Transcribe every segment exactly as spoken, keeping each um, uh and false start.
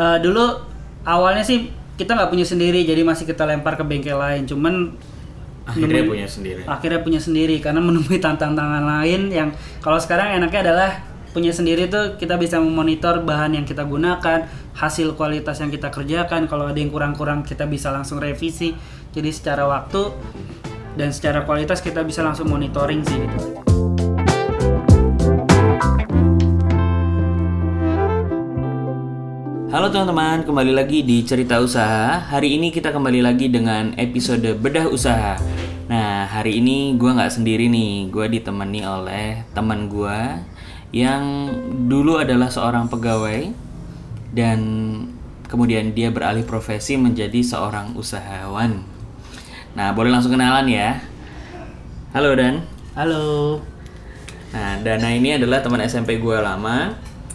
Uh, dulu awalnya sih kita nggak punya sendiri, jadi masih kita lempar ke bengkel lain. Cuman akhirnya menemui, punya sendiri. Akhirnya punya sendiri karena menemui tantangan lain yang kalau sekarang enaknya adalah punya sendiri tuh kita bisa memonitor bahan yang kita gunakan, hasil kualitas yang kita kerjakan. Kalau ada yang kurang-kurang kita bisa langsung revisi. Jadi secara waktu dan secara kualitas kita bisa langsung monitoring sih. Halo teman-teman, kembali lagi di Cerita Usaha. Hari ini kita kembali lagi dengan episode Bedah Usaha. Nah, hari ini gue gak sendiri nih. Gue ditemani oleh teman gue yang dulu adalah seorang pegawai dan kemudian dia beralih profesi menjadi seorang usahawan. Nah, boleh langsung kenalan ya. Halo Dan. Halo. Nah, Dana ini adalah teman S M P gue lama.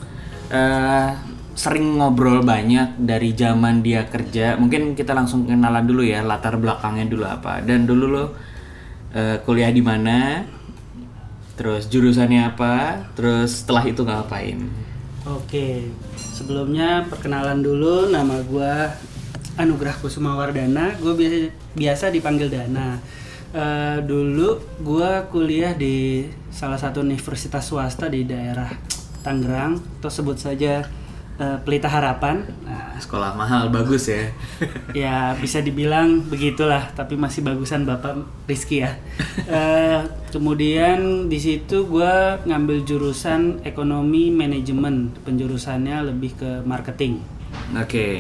Uh, sering ngobrol banyak dari zaman dia kerja. Mungkin kita langsung kenalan dulu ya, latar belakangnya dulu apa. Dan dulu lo uh, kuliah di mana, terus jurusannya apa, terus setelah itu ngapain. Oke, sebelumnya perkenalan dulu, nama gue Anugrah Kusuma Wardana. Gue biasa, biasa dipanggil Dana. uh, Dulu gue kuliah di salah satu universitas swasta di daerah Tangerang, atau sebut saja Uh, Pelita Harapan. Nah, sekolah mahal, bagus ya. Ya bisa dibilang begitulah, tapi masih bagusan Bapak Rizky ya. uh, kemudian di situ gue ngambil jurusan ekonomi manajemen, penjurusannya lebih ke marketing. Oke. Okay.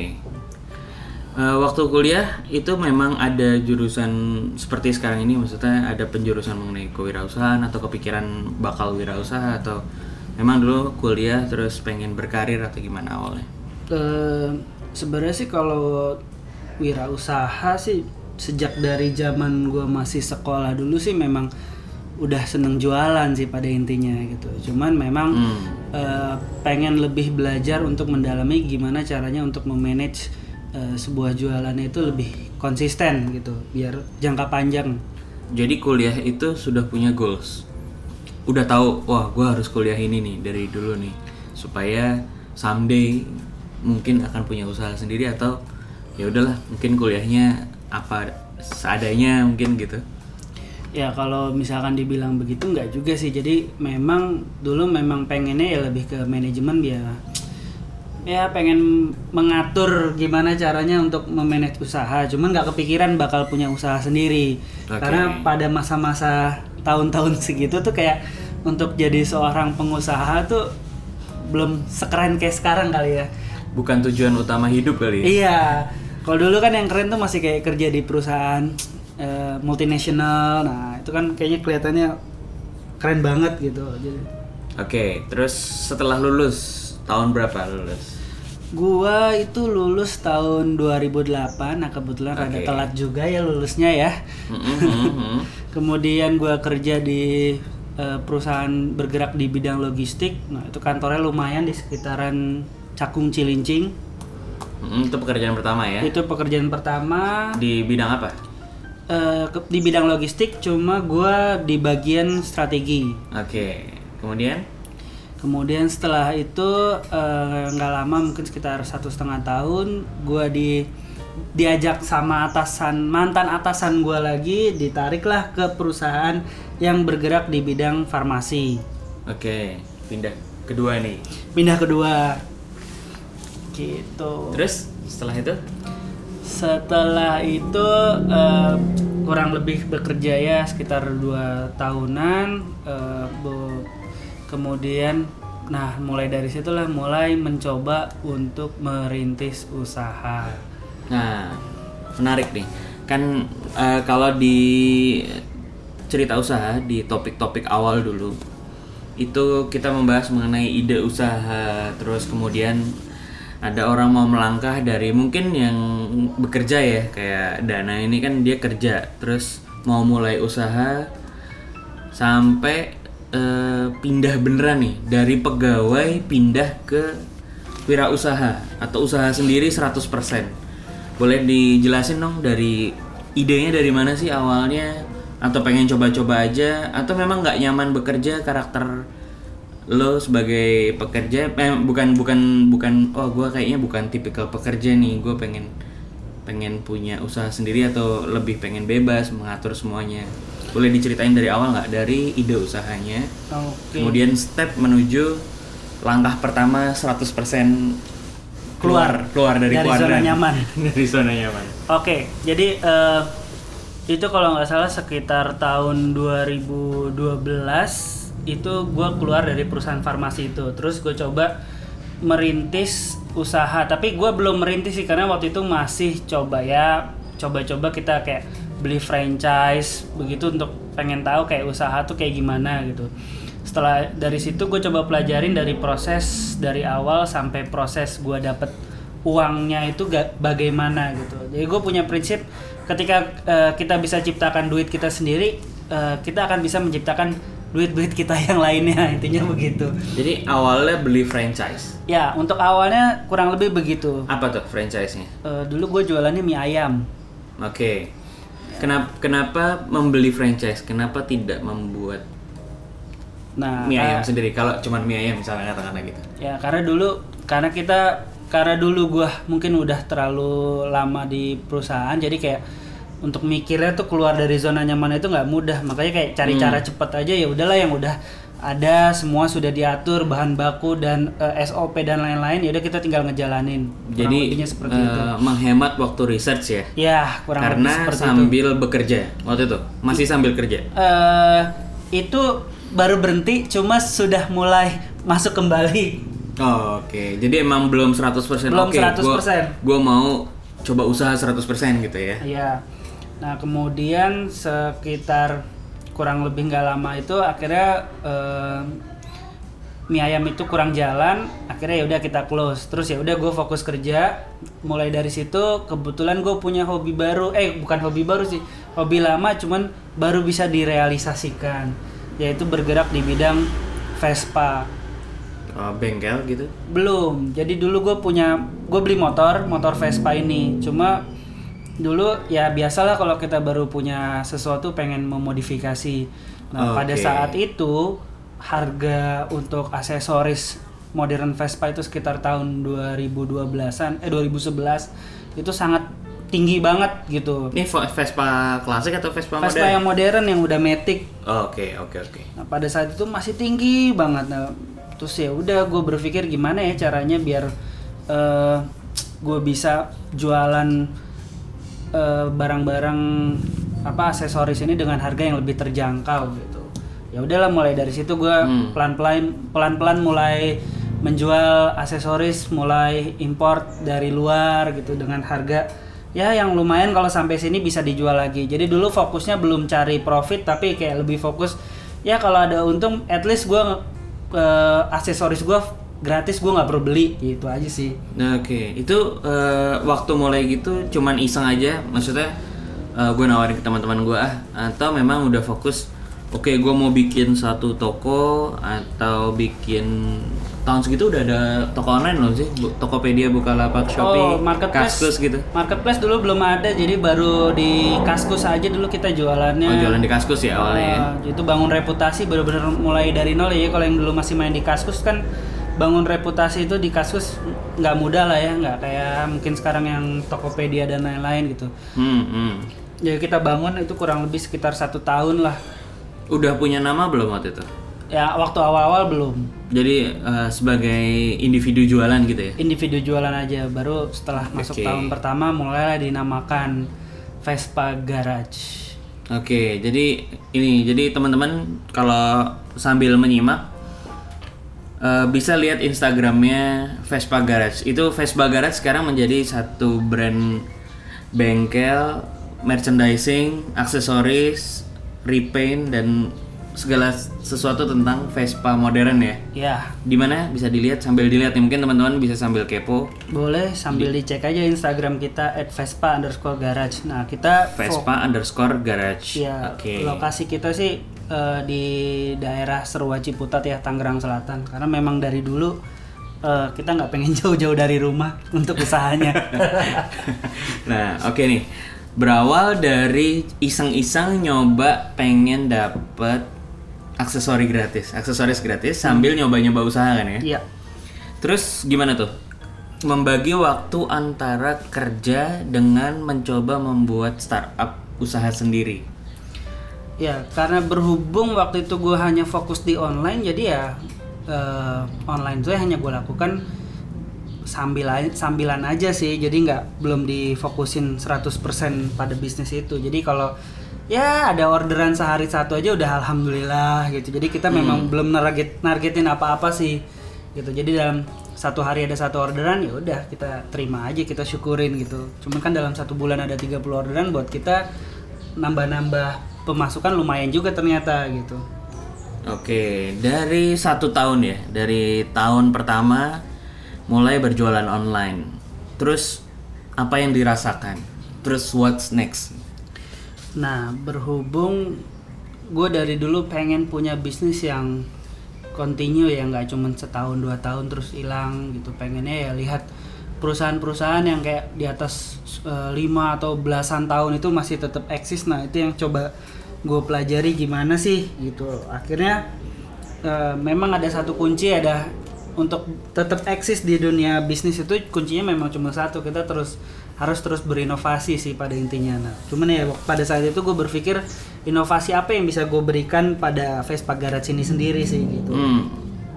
Uh, waktu kuliah itu memang ada jurusan seperti sekarang ini, maksudnya ada penjurusan mengenai kewirausahaan atau kepikiran bakal wirausaha, atau memang dulu kuliah terus pengen berkarir atau gimana awalnya? Uh, sebenarnya sih kalau wirausaha sih sejak dari zaman gue masih sekolah dulu sih memang udah seneng jualan sih pada intinya gitu. Cuman memang hmm. uh, pengen lebih belajar untuk mendalami gimana caranya untuk memanage uh, sebuah jualannya itu lebih konsisten gitu, biar jangka panjang. Jadi kuliah itu sudah punya goals? Udah tahu, wah gue harus kuliah ini nih dari dulu nih supaya someday mungkin akan punya usaha sendiri, atau ya udahlah mungkin kuliahnya apa seadanya mungkin gitu. Ya kalau misalkan dibilang begitu nggak juga sih. Jadi memang dulu memang pengennya ya lebih ke manajemen, ya ya pengen mengatur gimana caranya untuk memanage usaha. Cuman nggak kepikiran bakal punya usaha sendiri. Okay. Karena pada masa-masa tahun-tahun segitu tuh kayak untuk jadi seorang pengusaha tuh belum sekeren kayak sekarang kali ya. Bukan tujuan utama hidup kali ya? Iya. Kalau dulu kan yang keren tuh masih kayak kerja di perusahaan uh, multinasional. Nah itu kan kayaknya kelihatannya keren banget gitu. Jadi. Oke, okay, terus setelah lulus tahun berapa lulus? Gua itu lulus tahun dua ribu delapan. Nah kebetulan okay. Rada telat juga ya lulusnya ya. Mm-hmm. Kemudian gua kerja di uh, perusahaan bergerak di bidang logistik. Nah itu kantornya lumayan di sekitaran Cakung Cilincing. Mm-hmm, itu pekerjaan pertama ya? Itu pekerjaan pertama. Di bidang apa? Uh, ke, di bidang logistik, cuma gua di bagian strategi. Oke, okay. Kemudian? Kemudian setelah itu nggak uh, lama, mungkin sekitar satu setengah tahun, gue di diajak sama atasan mantan atasan gue lagi, ditariklah ke perusahaan yang bergerak di bidang farmasi. Oke, pindah kedua nih. Pindah kedua, gitu. Terus setelah itu? Setelah itu uh, kurang lebih bekerja ya sekitar dua tahunan. Uh, bo- Kemudian, nah mulai dari situlah mulai mencoba untuk merintis usaha. Nah, menarik nih. Kan uh, kalau di cerita usaha di topik-topik awal dulu, itu kita membahas mengenai ide usaha. Terus kemudian ada orang mau melangkah dari mungkin yang bekerja ya, kayak Dana ini kan dia kerja, terus mau mulai usaha sampai Uh, pindah beneran nih dari pegawai pindah ke wirausaha atau usaha sendiri seratus persen. Boleh dijelasin dong dari idenya dari mana sih awalnya, atau pengen coba-coba aja, atau memang nggak nyaman bekerja, karakter lo sebagai pekerja, eh, bukan bukan bukan, oh gue kayaknya bukan tipikal pekerja nih, gue pengen pengen punya usaha sendiri atau lebih pengen bebas mengatur semuanya. Boleh diceritain dari awal nggak, dari ide usahanya, okay. kemudian step menuju langkah pertama seratus persen keluar keluar dari, dari zona nyaman. dari zona nyaman. Oke, okay, jadi uh, itu kalau nggak salah sekitar tahun dua ribu dua belas itu gue keluar dari perusahaan farmasi itu, terus gue coba merintis usaha, tapi gue belum merintis sih karena waktu itu masih coba ya coba-coba kita kayak beli franchise begitu untuk pengen tahu kayak usaha tuh kayak gimana gitu. Setelah dari situ gue coba pelajarin dari proses dari awal sampai proses gue dapet uangnya itu gak, bagaimana gitu. Jadi gue punya prinsip ketika uh, kita bisa ciptakan duit kita sendiri, uh, kita akan bisa menciptakan duit-duit kita yang lainnya, intinya begitu. Jadi awalnya beli franchise? Ya, untuk awalnya kurang lebih begitu. Apa tuh franchise-nya? Uh, dulu gue jualannya mie ayam. Oke. Okay. Kenapa, kenapa membeli franchise? Kenapa tidak membuat nah, mie ayam uh, sendiri? Kalau cuma mie ayam misalnya katakanlah gitu. Ya, karena dulu karena kita karena dulu gue mungkin udah terlalu lama di perusahaan, jadi kayak untuk mikirnya tuh keluar dari zona nyaman itu nggak mudah, makanya kayak cari hmm. cara cepet aja, ya udahlah yang udah ada semua sudah diatur bahan baku dan uh, S O P dan lain-lain, ya udah kita tinggal ngejalanin. Jadi seperti uh, itu. Menghemat waktu research ya? Ya kurang karena lebih seperti sambil itu. bekerja waktu itu masih sambil kerja? Uh, itu baru berhenti, cuma sudah mulai masuk kembali. Oh, oke, okay. Jadi emang belum seratus persen. Belum okay, seratus persen. Gue mau coba usaha seratus persen gitu ya? Iya. Nah kemudian sekitar kurang lebih nggak lama itu akhirnya eh, mie ayam itu kurang jalan, akhirnya ya udah kita close. Terus ya udah gue fokus kerja. Mulai dari situ kebetulan gue punya hobi baru, eh bukan hobi baru sih, hobi lama cuman baru bisa direalisasikan, yaitu bergerak di bidang Vespa. Oh, bengkel gitu? Belum. Jadi dulu gue punya, gue beli motor, motor Vespa ini. Cuma dulu ya biasalah kalau kita baru punya sesuatu pengen memodifikasi. Nah, okay. Pada saat itu harga untuk aksesoris modern Vespa itu sekitar tahun dua ribu dua belasan eh dua ribu sebelas itu sangat tinggi banget gitu. Ini Vespa klasik atau Vespa, Vespa modern? yang modern yang udah matic. Oke, oke, oke. Nah, pada saat itu masih tinggi banget. Nah, terus ya udah gue berpikir gimana ya caranya biar uh, gue bisa jualan uh, barang-barang apa aksesoris ini dengan harga yang lebih terjangkau gitu. Ya udahlah mulai dari situ gue hmm. pelan-pelan pelan-pelan mulai menjual aksesoris, mulai import dari luar gitu dengan harga ya yang lumayan kalau sampai sini bisa dijual lagi. Jadi dulu fokusnya belum cari profit tapi kayak lebih fokus ya kalau ada untung at least gue uh, aksesoris gue gratis, gue nggak perlu beli gitu aja sih. Nah, oke, okay. Itu uh, waktu mulai gitu cuman iseng aja, maksudnya uh, gue nawarin ke teman-teman gue ah, atau memang udah fokus, oke okay, gue mau bikin satu toko atau bikin tahun segitu udah ada toko online loh sih, Tokopedia, Bukalapak, Shopee, oh, marketplace, Kaskus gitu. Marketplace dulu belum ada, jadi baru di Kaskus aja dulu kita jualannya. Oh, jualan di Kaskus ya awalnya. Uh, itu bangun reputasi benar-benar mulai dari nol ya. Kalau yang dulu masih main di Kaskus kan bangun reputasi itu di Kaskus nggak mudah lah ya, nggak kayak mungkin sekarang yang Tokopedia dan lain-lain gitu. Hmm, hmm. Jadi kita bangun itu kurang lebih sekitar satu tahun lah. Udah punya nama belum waktu itu? Ya waktu awal-awal belum. Jadi uh, sebagai individu jualan gitu ya? Individu jualan aja, baru setelah masuk okay. tahun pertama mulai dinamakan Vespa Garage. Oke, okay, jadi ini, jadi teman-teman kalau sambil menyimak uh, bisa lihat Instagramnya Vespa Garage. Itu Vespa Garage sekarang menjadi satu brand bengkel, merchandising, aksesoris, repaint dan segala sesuatu tentang Vespa modern ya. Ya. Dimana bisa dilihat sambil dilihat nih, mungkin teman-teman bisa sambil kepo. Boleh sambil Di. dicek aja Instagram kita at vespa underscore garage. Nah kita Vespa fo- underscore garage. Ya. Oke. Okay. Lokasi kita sih uh, di daerah Serua Ciputat ya, Tangerang Selatan. Karena memang dari dulu uh, kita nggak pengen jauh-jauh dari rumah untuk usahanya. Nah oke okay nih. Berawal dari iseng-iseng nyoba pengen dapet aksesori gratis, aksesoris gratis sambil nyoba-nyoba usaha kan ya? Iya. Terus gimana tuh? Membagi waktu antara kerja dengan mencoba membuat startup usaha sendiri. Ya, karena berhubung waktu itu gue hanya fokus di online, jadi ya uh, online itu hanya gue lakukan sambilan sambilan aja sih. Jadi nggak belum difokusin seratus persen pada bisnis itu. Jadi kalau ya ada orderan sehari satu aja udah alhamdulillah gitu. Jadi kita hmm. memang belum narget nargetin apa-apa sih gitu. Jadi dalam satu hari ada satu orderan, ya udah kita terima aja, kita syukurin gitu. Cuman kan dalam satu bulan ada tiga puluh orderan, buat kita nambah-nambah pemasukan lumayan juga ternyata gitu. Oke, dari satu tahun ya, dari tahun pertama mulai berjualan online. Terus apa yang dirasakan? Terus what's next? Nah, berhubung gue dari dulu pengen punya bisnis yang continue ya, nggak cuma setahun dua tahun terus hilang gitu. Pengennya ya lihat perusahaan-perusahaan yang kayak di atas lima uh, atau belasan tahun itu masih tetap eksis. Nah, itu yang coba gue pelajari gimana sih gitu. Akhirnya uh, memang ada satu kunci, ada untuk tetap eksis di dunia bisnis itu kuncinya memang cuma satu, kita terus harus terus berinovasi sih pada intinya. Nah, cuman ya pada saat itu gue berpikir inovasi apa yang bisa gue berikan pada Vespa Garage ini sendiri sih gitu. Hmm.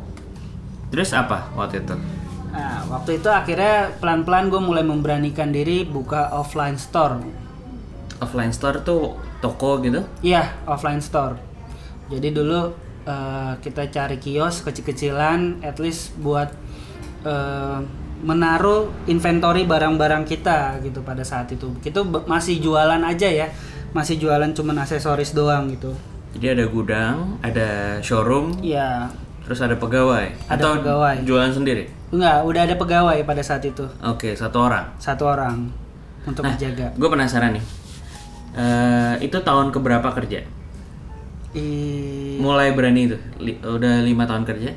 Terus apa waktu itu? Nah, waktu itu akhirnya pelan-pelan gue mulai memberanikan diri buka offline store. Offline store tuh toko gitu? Iya, offline store. Jadi dulu uh, kita cari kios kecil-kecilan, at least buat uh, menaruh inventory barang-barang kita gitu pada saat itu. Kita masih jualan aja ya, masih jualan cuman aksesoris doang gitu. Jadi ada gudang, ada showroom. Iya. Terus ada pegawai? Ada atau pegawai. Jualan sendiri? Enggak, udah ada pegawai pada saat itu. Oke, satu orang? Satu orang untuk nah, menjaga. Gue penasaran nih, uh, itu tahun keberapa kerja? I... Mulai berani itu? Li- udah lima tahun kerja?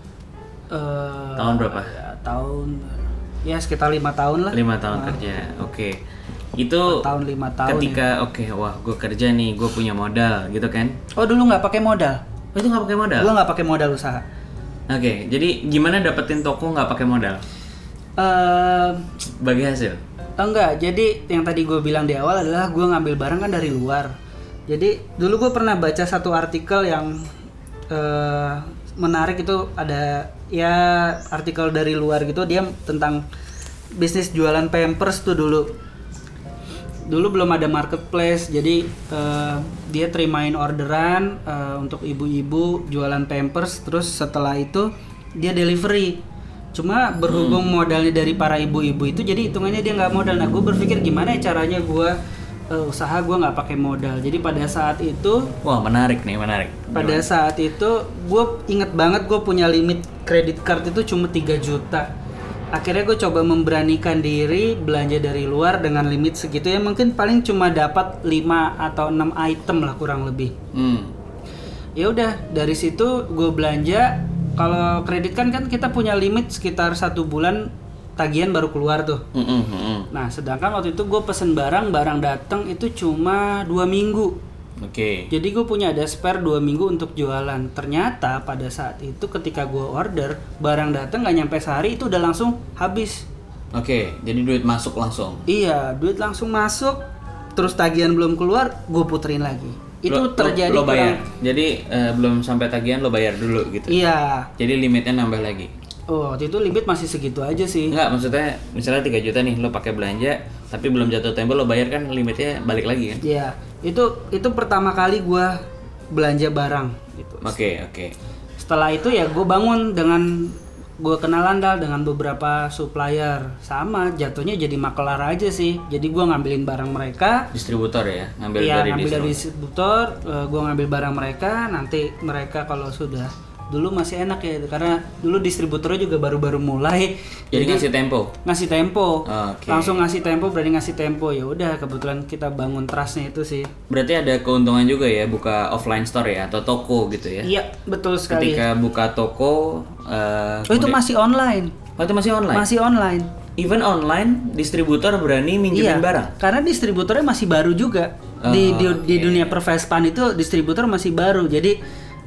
Uh, tahun berapa? Ya, tahun, ya sekitar lima tahun lah. Lima tahun nah. kerja, oke. Okay. Itu tahun lima tahun ketika, ya. Oke, okay, wah gue kerja nih, gue punya modal gitu kan? Oh, dulu nggak pakai modal? Oh, itu nggak pakai modal? Dulu nggak pakai modal usaha. Oke, okay, jadi gimana dapetin toko nggak pakai modal? Uh, Bagi hasil? Enggak, jadi yang tadi gue bilang di awal adalah gue ngambil barang kan dari luar. Jadi dulu gue pernah baca satu artikel yang uh, menarik, itu ada ya artikel dari luar gitu, dia tentang bisnis jualan Pampers tuh dulu. Dulu belum ada marketplace, jadi uh, dia terimain orderan uh, untuk ibu-ibu jualan Pampers, terus setelah itu dia delivery. Cuma berhubung hmm. modalnya dari para ibu-ibu itu, jadi hitungannya dia nggak modal. Nah, gue berpikir gimana ya caranya gue uh, usaha gue nggak pakai modal. Jadi pada saat itu, wah menarik nih, menarik. Pada gimana? Saat itu gue inget banget gue punya limit kredit card itu cuma tiga juta. Akhirnya gue coba memberanikan diri belanja dari luar dengan limit segitu ya, mungkin paling cuma dapat lima atau enam item lah kurang lebih. Hmm. Ya udah, dari situ gue belanja. Kalau kredit kan kan kita punya limit sekitar satu bulan tagihan baru keluar tuh. Mm-hmm. Nah, sedangkan waktu itu gue pesen barang, barang datang itu cuma dua minggu. Oke. Okay. Jadi gue punya ada spare dua minggu untuk jualan. Ternyata pada saat itu ketika gue order, barang datang nggak nyampe sehari itu udah langsung habis. Oke, okay, jadi duit masuk langsung. Iya, duit langsung masuk. Terus tagihan belum keluar, gue puterin lagi. Itu lo, terjadi lo, lo bayar. Kurang... Jadi uh, belum sampai tagihan lo bayar dulu gitu. Iya. Jadi limitnya nambah lagi. Oh, waktu itu limit masih segitu aja sih. Enggak, maksudnya misalnya tiga juta nih lo pakai belanja, tapi belum jatuh tempo lo bayar kan limitnya balik lagi kan? Iya. Itu itu pertama kali gue belanja barang gitu. Oke, okay, oke. Okay. Setelah itu ya gue bangun dengan gue kenalan Dal dengan beberapa supplier, sama jatuhnya jadi makelar aja sih. Jadi gue ngambilin barang mereka, distributor ya, ngambil iya, dari ngambil distributor. dari distributor, uh, gue ngambil barang mereka, nanti mereka kalau sudah, dulu masih enak ya karena dulu distributornya juga baru-baru mulai. Jadi, jadi ngasih tempo. Ngasih tempo. Oh, okay. Langsung ngasih tempo, berani ngasih tempo. Ya udah, kebetulan kita bangun trustnya itu sih. Berarti ada keuntungan juga ya buka offline store ya atau toko gitu ya? Iya, betul sekali. Ketika buka toko uh, oh itu masih online. Oh itu masih online? Masih online. Even online, distributor berani minjemin iya, barang? Karena distributornya masih baru juga. Oh, di, di, okay. di dunia perfespan itu distributor masih baru. Jadi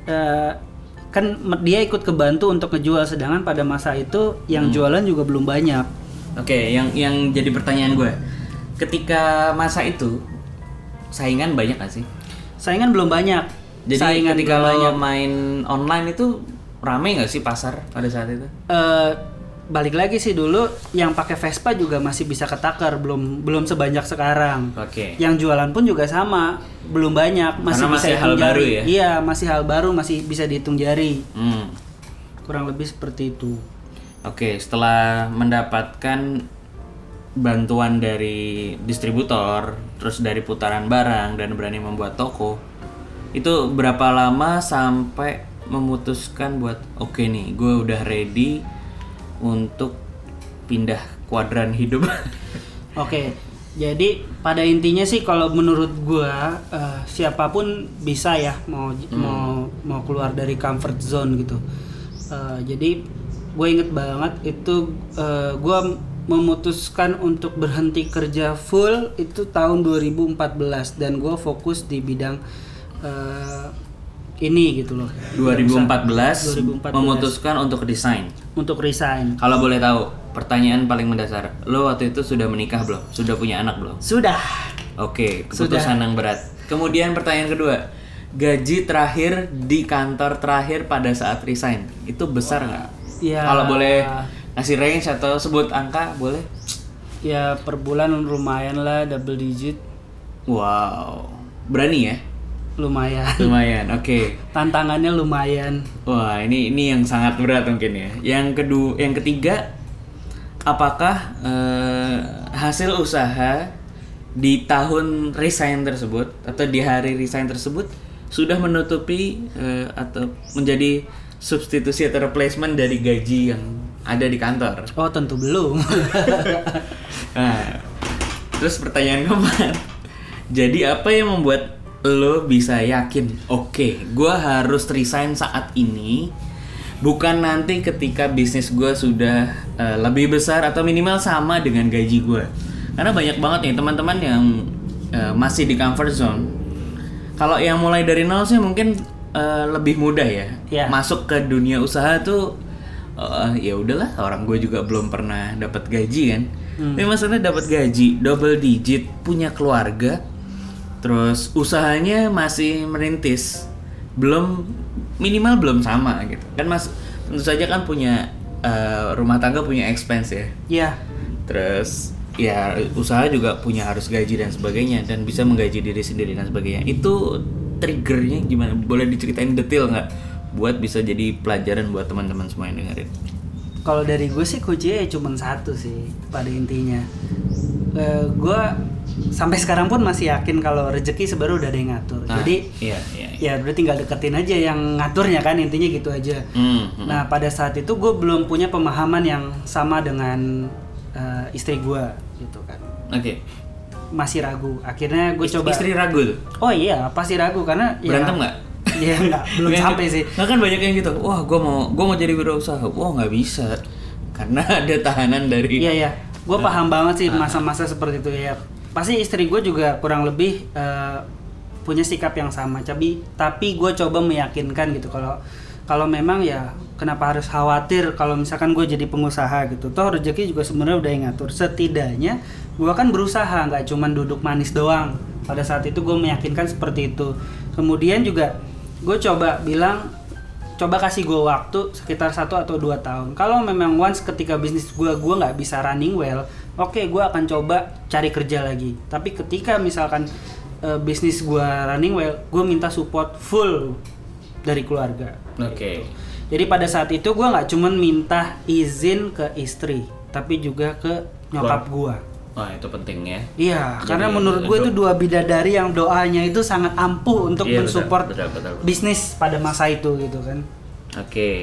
uh, kan dia ikut kebantu untuk ngejual, sedangkan pada masa itu yang hmm. jualan juga belum banyak. Oke, okay, yang yang jadi pertanyaan gue, ketika masa itu saingan banyak gak sih? Saingan belum banyak. Jadi saingan ketika lo banyak. main online itu rame nggak sih pasar pada saat itu? Uh, balik lagi sih dulu yang pakai Vespa juga masih bisa ketakar, belum belum sebanyak sekarang. Oke. Okay. Yang jualan pun juga sama, belum banyak, masih Karena bisa masih hal jari. baru ya? Iya, masih hal baru, masih bisa dihitung jari. Hmm. Kurang lebih seperti itu. Oke, setelah mendapatkan bantuan dari distributor, terus dari putaran barang dan berani membuat toko, itu berapa lama sampai memutuskan buat oke okay nih, gue udah ready untuk pindah kuadran hidup? Oke, jadi pada intinya sih kalau menurut gue uh, siapapun bisa ya mau hmm. mau mau keluar dari comfort zone gitu. Uh, jadi gue inget banget itu uh, gue memutuskan untuk berhenti kerja full itu tahun dua ribu empat belas dan gue fokus di bidang uh, ini gitu loh. dua ribu empat belas memutuskan untuk resign. Untuk resign. Kalau boleh tahu, pertanyaan paling mendasar, lo waktu itu sudah menikah belum? Sudah punya anak belum? Sudah. Oke, keputusan yang berat. Kemudian pertanyaan kedua, gaji terakhir di kantor terakhir pada saat resign itu besar nggak? Ya. Kalau boleh ngasih range atau sebut angka boleh? Ya per bulan lumayan lah, double digit. Wow, berani ya? Lumayan. Lumayan, oke. Okay. Tantangannya lumayan. Wah, ini ini yang sangat berat mungkin ya. Yang kedua, yang ketiga, apakah eh, hasil usaha di tahun resign tersebut atau di hari resign tersebut sudah menutupi eh, atau menjadi substitusi atau replacement dari gaji yang ada di kantor? Oh, tentu belum. Nah, terus pertanyaan keempat, jadi apa yang membuat lo bisa yakin, oke, okay, gue harus resign saat ini, bukan nanti ketika bisnis gue sudah uh, lebih besar atau minimal sama dengan gaji gue? Karena banyak banget nih teman-teman yang uh, masih di comfort zone. Kalau yang mulai dari nol sih mungkin uh, lebih mudah ya, yeah. Masuk ke dunia usaha tuh, uh, ya udahlah, orang gue juga belum pernah dapat gaji kan. Hmm. Tapi maksudnya dapat gaji double digit, punya keluarga, terus usahanya masih merintis, belum minimal belum sama gitu kan, mas tentu saja kan punya uh, rumah tangga, punya expense ya. Iya. Yeah. Terus ya usaha juga punya harus gaji dan sebagainya, dan bisa menggaji diri sendiri dan sebagainya. Itu triggernya gimana? Boleh diceritain detail nggak? Buat bisa jadi pelajaran buat teman-teman semua yang dengerin. Kalau dari gue sih kuncinya ya cuma satu sih pada intinya. Uh, gue sampai sekarang pun masih yakin kalau rezeki sebenarnya udah ada yang ngatur. Nah, jadi iya, iya, iya. ya udah tinggal deketin aja yang ngaturnya kan, intinya gitu aja. Mm-hmm. Nah pada saat itu gue belum punya pemahaman yang sama dengan uh, istri gue gitu kan. Oke. Okay. Masih ragu. Akhirnya gue Ist- coba. Istri ragu tuh? Oh iya pasti ragu karena. Berantem nggak? Ya nggak, belum sampai sih. Nah kan banyak yang gitu. Wah gue mau gue mau jadi wirausaha. Wah nggak bisa karena ada tahanan dari. Iya iya. Gue nah, paham banget sih masa-masa seperti itu ya. Pasti istri gue juga kurang lebih uh, punya sikap yang sama, tapi tapi gue coba meyakinkan gitu kalau kalau memang ya kenapa harus khawatir kalau misalkan gue jadi pengusaha gitu, toh rezeki juga sebenarnya udah yang ngatur. Setidaknya gue kan berusaha, nggak cuman duduk manis doang. Pada saat itu gue meyakinkan seperti itu. Kemudian juga gue coba bilang, coba kasih gue waktu sekitar satu atau dua tahun. Kalau memang once ketika bisnis gue gue nggak bisa running well, oke okay, gue akan coba cari kerja lagi. Tapi ketika misalkan uh, bisnis gue running well, gue minta support full dari keluarga. Oke. Okay. Gitu. Jadi pada saat itu gue nggak cuman minta izin ke istri, tapi juga ke nyokap gue. Wah itu penting ya. Iya, jadi, karena menurut gue itu dua bidadari yang doanya itu sangat ampuh untuk iya, mensupport betul, betul, betul, betul. bisnis pada masa itu gitu kan. Oke. Okay.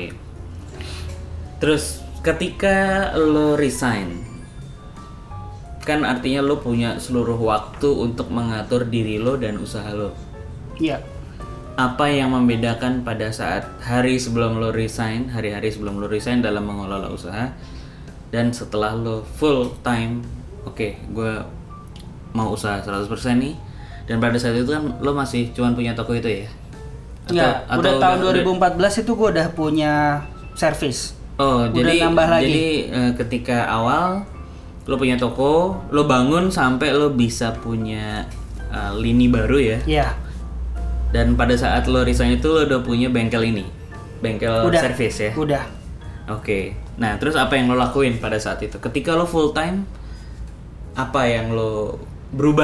Terus ketika lo resign, kan artinya lo punya seluruh waktu untuk mengatur diri lo dan usaha lo. Iya. Apa yang membedakan pada saat hari sebelum lo resign, hari-hari sebelum lo resign dalam mengelola usaha, dan setelah lo full time, oke, okay, gue mau usaha seratus persen nih, dan pada saat itu kan lo masih cuma punya toko itu ya? Enggak, atau udah tahun udah- dua ribu empat belas itu gue udah punya servis. Oh, Udah jadi nambah lagi. jadi eh, ketika awal lo punya toko, lo bangun sampai lo bisa punya eh, lini baru ya. Iya. Dan pada saat lo resign itu lo udah punya bengkel ini, bengkel Udah. service ya. Udah. Oke. Nah, terus apa yang lo lakuin pada saat itu? Ketika lo full time, apa yang lo berubah?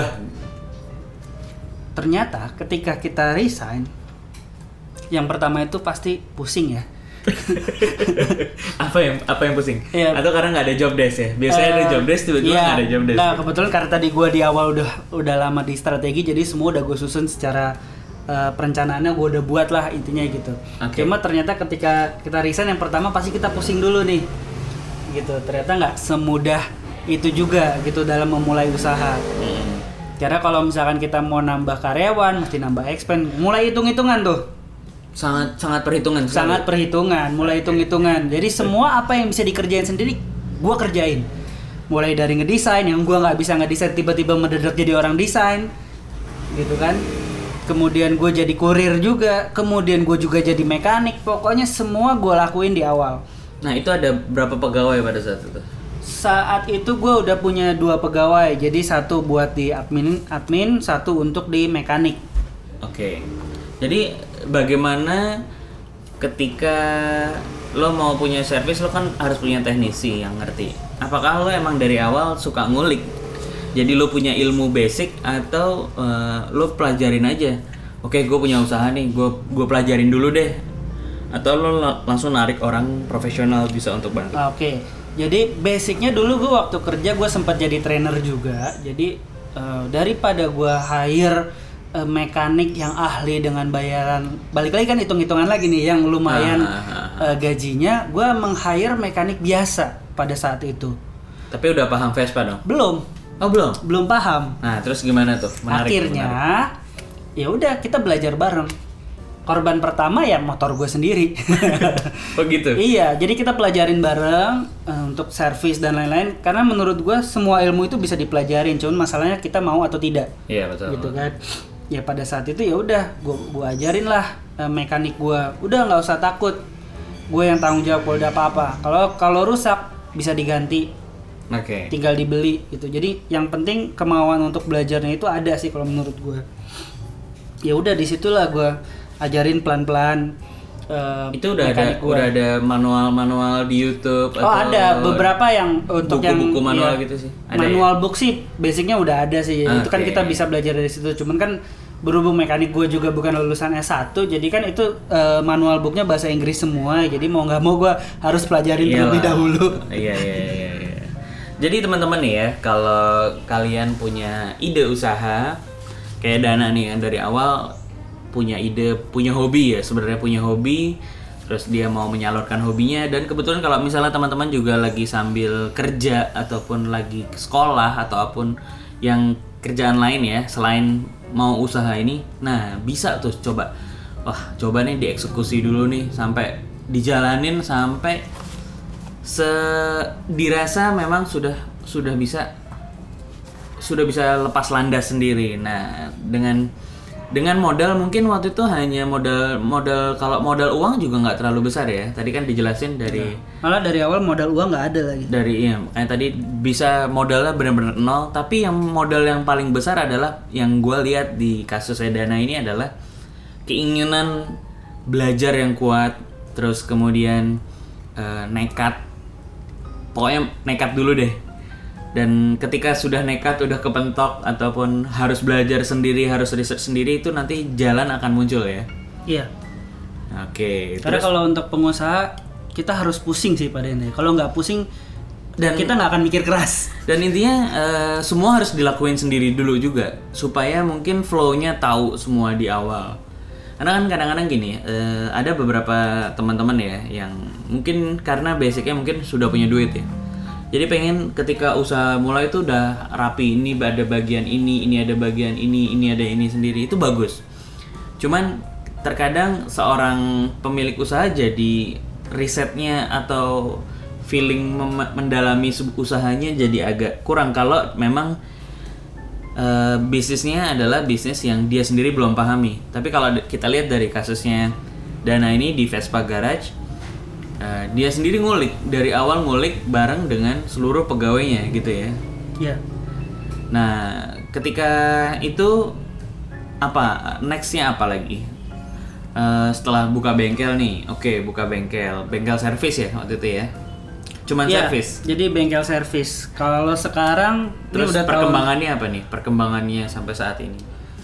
Ternyata ketika kita resign, yang pertama itu pasti pusing ya. apa yang apa yang pusing? Iya. Atau karena nggak ada job desk ya? Biasanya ada Eh, job desk, tiba-tiba iya. nggak ada job desk. Nah, kebetulan karena tadi gue di awal udah udah lama di strategi, jadi semua udah gue susun secara eh, perencanaannya gue udah buat lah intinya gitu. Oke. Cuma ternyata ketika kita resign yang pertama pasti kita pusing dulu nih, gitu. Ternyata nggak semudah itu juga gitu dalam memulai usaha. Hmm. Karena kalau misalkan kita mau nambah karyawan, mesti nambah expense, mulai hitung-hitungan tuh. Sangat sangat perhitungan. sekali. Sangat perhitungan, mulai hitung-hitungan. Jadi semua apa yang bisa dikerjain sendiri, gua kerjain. Mulai dari ngedesain, yang gua nggak bisa ngedesain tiba-tiba mendadak jadi orang desain, gitu kan. Kemudian gue jadi kurir juga, kemudian gue juga jadi mekanik. Pokoknya semua gua lakuin di awal. Nah, itu ada berapa pegawai pada saat itu? Saat itu gue udah punya dua pegawai, jadi satu buat di admin, admin, satu untuk di mekanik. Oke. Jadi bagaimana ketika lo mau punya servis, lo kan harus punya teknisi yang ngerti. Apakah lo emang dari awal suka ngulik? Jadi lo punya ilmu basic atau eh, lo pelajarin aja? Oke, gue punya usaha nih, gue gue pelajarin dulu deh. Atau lo la- langsung narik orang profesional bisa untuk bantu? Oke, jadi basicnya dulu gue waktu kerja gue sempat jadi trainer juga. Jadi eh, daripada gue hire eh, mekanik yang ahli dengan bayaran, balik lagi kan hitung-hitungan lagi nih yang lumayan Ah, ah, ah. eh, gajinya, gue meng-hire mekanik biasa pada saat itu. Tapi udah paham Vespa dong? Belum, Oh belum? belum paham. Nah terus gimana tuh? Menarik, Akhirnya menarik. ya udah kita belajar bareng. Korban pertama ya motor gue sendiri. Oh gitu? Iya, jadi kita pelajarin bareng eh, untuk servis dan lain-lain. Karena menurut gue semua ilmu itu bisa dipelajarin, cuman masalahnya kita mau atau tidak, Iya betul. gitu kan. Ya pada saat itu ya udah, gue gua ajarin lah eh, mekanik gue. Udah nggak usah takut, gue yang tanggung jawab kalau ada apa-apa. Kalau kalau rusak bisa diganti, Oke. tinggal dibeli gitu. Jadi yang penting kemauan untuk belajarnya itu ada sih kalau menurut gue. Ya udah disitulah gue ajarin pelan-pelan. eh, Itu udah ada mekanik gua. udah ada manual-manual di YouTube Oh ada beberapa yang untuk yang buku-buku manual ya, gitu sih? Ada manual book sih basicnya udah ada sih. Itu kan Oke. kita bisa belajar dari situ. Cuman kan berhubung mekanik gue juga bukan lulusan S satu, jadi kan itu eh, manual booknya bahasa Inggris semua. Jadi mau nggak mau gue harus pelajarin terlebih Iyalah. dahulu. Iya iya iya. iya. Jadi teman-teman nih ya, kalau kalian punya ide usaha kayak Dana nih yang dari awal punya ide, punya hobi ya, sebenarnya punya hobi, terus dia mau menyalurkan hobinya, dan kebetulan kalau misalnya teman-teman juga lagi sambil kerja ataupun lagi sekolah ataupun yang kerjaan lain ya selain mau usaha ini, nah bisa tuh coba, wah coba nih dieksekusi dulu nih sampai dijalanin sampai se dirasa memang sudah sudah bisa sudah bisa lepas landas sendiri. Nah, dengan dengan modal mungkin waktu itu hanya modal modal kalau modal uang juga nggak terlalu besar ya. Tadi kan dijelasin dari Malah dari awal modal uang nggak ada lagi. dari iya, kayak tadi bisa modalnya benar-benar nol, tapi yang modal yang paling besar adalah yang gue lihat di kasus Dana ini adalah keinginan belajar yang kuat, terus kemudian eh, nekat, pokoknya nekat dulu deh. Dan ketika sudah nekat, udah kepentok ataupun harus belajar sendiri, harus riset sendiri, itu nanti jalan akan muncul ya. Iya. Oke. Karena terus- kalau untuk pengusaha kita harus pusing sih pada ini. Kalau nggak pusing Dan- kita nggak akan mikir keras. Dan intinya eh, semua harus dilakuin sendiri dulu juga supaya mungkin flow-nya tahu semua di awal. Karena kan kadang-kadang gini, eh, ada beberapa teman-teman ya yang mungkin karena basicnya mungkin sudah punya duit ya. Jadi pengen ketika usaha mulai itu udah rapi, ini ada bagian ini, ini ada bagian ini, ini ada ini sendiri, itu bagus. Cuman terkadang seorang pemilik usaha jadi risetnya atau feeling mem- mendalami sub- usahanya jadi agak kurang kalau memang uh, bisnisnya adalah bisnis yang dia sendiri belum pahami. Tapi kalau kita lihat dari kasusnya Dana ini di Vespa Garage, uh, dia sendiri ngulik dari awal ngulik bareng dengan seluruh pegawainya gitu ya. Iya. Nah, ketika itu apa nextnya apa lagi? Uh, setelah buka bengkel nih, oke okay, buka bengkel, bengkel servis ya waktu itu ya, cuman ya, servis. Jadi bengkel servis. Kalau sekarang terus ini udah perkembangannya tahun, apa nih? Perkembangannya sampai saat ini?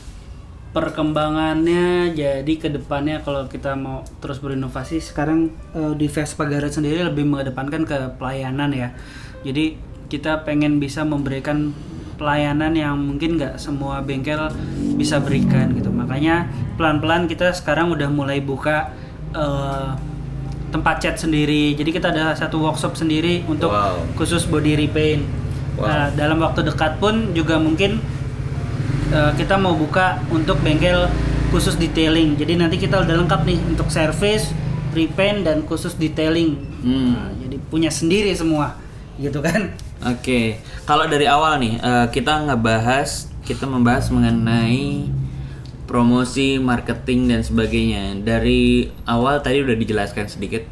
Perkembangannya jadi kedepannya kalau kita mau terus berinovasi, sekarang uh, di Vespa Garage sendiri lebih mengedepankan ke pelayanan ya. Jadi kita pengen bisa memberikan pelayanan yang mungkin nggak semua bengkel bisa berikan gitu. Makanya pelan-pelan kita sekarang udah mulai buka uh, tempat cat sendiri. Jadi kita ada satu workshop sendiri untuk wow. khusus body repaint. Wow. Nah, dalam waktu dekat pun juga mungkin uh, kita mau buka untuk bengkel khusus detailing. Jadi nanti kita udah lengkap nih untuk service, repaint dan khusus detailing. Hmm. Nah, jadi punya sendiri semua, gitu kan? Oke, okay. Kalau dari awal nih uh, kita ngebahas, kita membahas mengenai promosi, marketing dan sebagainya. Dari awal tadi udah dijelaskan sedikit